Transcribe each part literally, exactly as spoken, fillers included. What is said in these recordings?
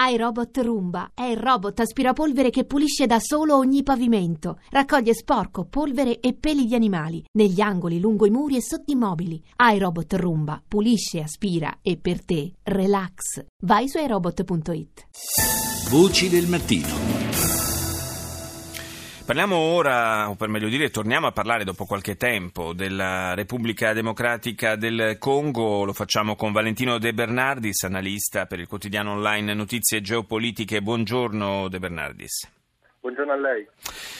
iRobot Roomba è il robot aspirapolvere che pulisce da solo ogni pavimento. Raccoglie sporco, polvere e peli di animali negli angoli, lungo i muri e sotto i mobili. iRobot Roomba pulisce, aspira e per te relax. Vai su iRobot punto it. Voci del mattino. Parliamo ora, o per meglio dire, torniamo a parlare dopo qualche tempo della Repubblica Democratica del Congo. Lo facciamo con Valentino De Bernardis, analista per il quotidiano online Notizie Geopolitiche. Buongiorno De Bernardis. Buongiorno a lei.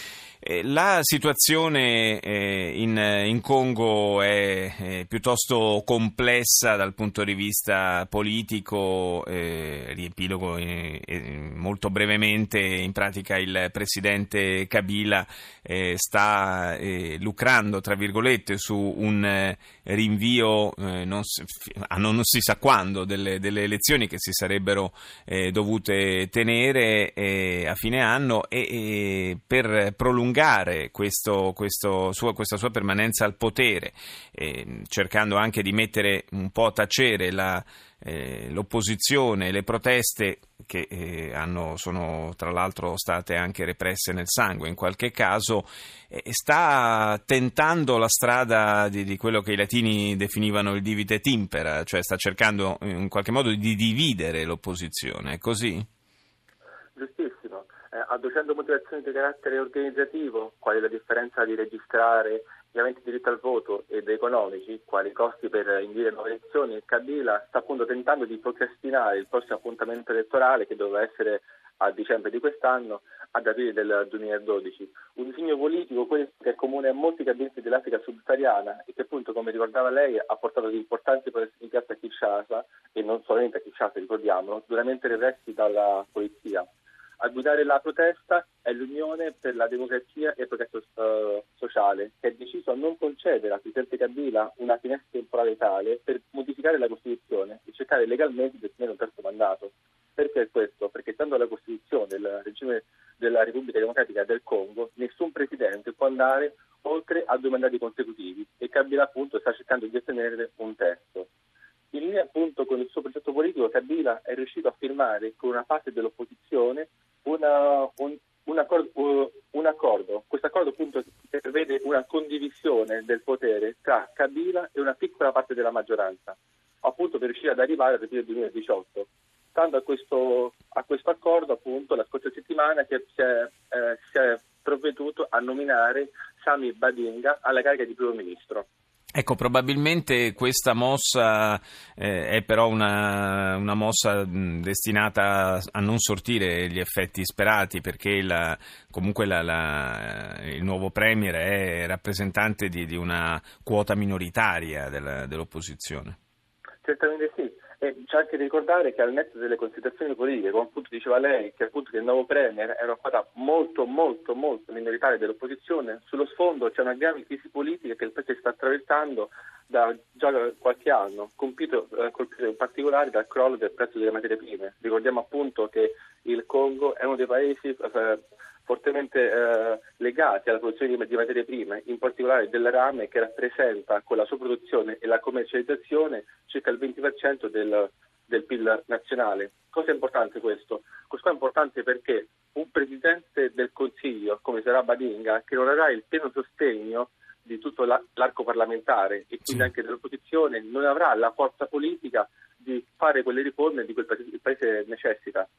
La situazione in, in Congo è, è piuttosto complessa dal punto di vista politico. Eh, riepilogo eh, eh, molto brevemente. In pratica il presidente Kabila eh, sta eh, lucrando, tra virgolette, su un eh, rinvio eh, non, si, a non si sa quando delle, delle elezioni che si sarebbero eh, dovute tenere eh, a fine anno e, e per prolungare Questo, questo sua, questa sua permanenza al potere, eh, cercando anche di mettere un po' a tacere la, eh, l'opposizione e le proteste che eh, hanno, sono tra l'altro state anche represse nel sangue in qualche caso, eh, sta tentando la strada di, di quello che i latini definivano il divide et impera, cioè sta cercando in qualche modo di dividere l'opposizione, è così? Giustissimo. Adducendo motivazioni di carattere organizzativo, quali la differenza di registrare gli aventi diritto al voto ed economici, quali i costi per indire nuove elezioni, Kabila sta appunto tentando di procrastinare il prossimo appuntamento elettorale che doveva essere a dicembre di quest'anno, ad aprile del duemiladodici. Un disegno politico questo che è comune a molti cabinetti dell'Africa subsahariana e che appunto, come ricordava lei, ha portato ad importanti proteste in piazza a Kinshasa, e non solamente a Kinshasa, ricordiamolo, duramente repressi dalla polizia. A guidare la protesta è l'Unione per la Democrazia e il Progresso uh, Sociale, che ha deciso a non concedere al presidente Kabila una finestra temporale tale per modificare la Costituzione e cercare legalmente di ottenere un terzo mandato. Perché questo? Perché stando alla Costituzione del regime della Repubblica Democratica del Congo, nessun presidente può andare oltre a due mandati consecutivi e Kabila appunto sta cercando di ottenere un terzo. In linea appunto con il suo progetto politico, Kabila è riuscito a firmare con una parte dell'opposizione una, un, un, accordo, un accordo. Questo accordo appunto prevede una condivisione del potere tra Kabila e una piccola parte della maggioranza, appunto per riuscire ad arrivare al aprile duemiladiciotto. Stando a questo, a questo accordo, appunto, la scorsa settimana che si è, eh, si è provveduto a nominare Sami Badinga alla carica di primo ministro. Ecco, probabilmente questa mossa eh, è però una, una mossa mh, destinata a non sortire gli effetti sperati, perché la, comunque la, la, il nuovo premier è rappresentante di, di una quota minoritaria della, dell'opposizione. Certamente sì. E c'è anche da ricordare che al netto delle considerazioni politiche, come appunto diceva lei, che appunto che il nuovo premier è una quota molto molto molto minoritaria dell'opposizione, sullo sfondo c'è una grave crisi politica che il paese sta attraversando da già qualche anno, colpito, eh, colpito in particolare dal crollo del prezzo delle materie prime. Ricordiamo appunto che il Congo è uno dei paesi eh, fortemente eh, legati alla produzione di, di materie prime, in particolare del rame, che rappresenta con la sua produzione e la commercializzazione circa il venti per cento del, del P I L nazionale. Cosa è importante questo? Questo è importante perché un presidente del Consiglio, come sarà Badinga, che non avrà il pieno sostegno di tutto la, l'arco parlamentare e quindi anche dell'opposizione, non avrà la forza politica di fare quelle riforme di cui il paese, il paese necessita.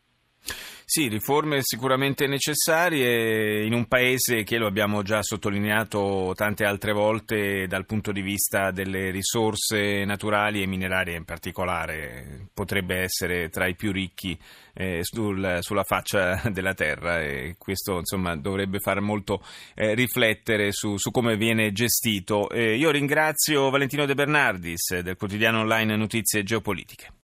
Sì, riforme sicuramente necessarie in un paese che, lo abbiamo già sottolineato tante altre volte, dal punto di vista delle risorse naturali e minerarie in particolare, potrebbe essere tra i più ricchi eh, sul, sulla faccia della terra, e questo insomma dovrebbe far molto eh, riflettere su, su come viene gestito. Eh, io ringrazio Valentino De Bernardis del quotidiano online Notizie Geopolitiche.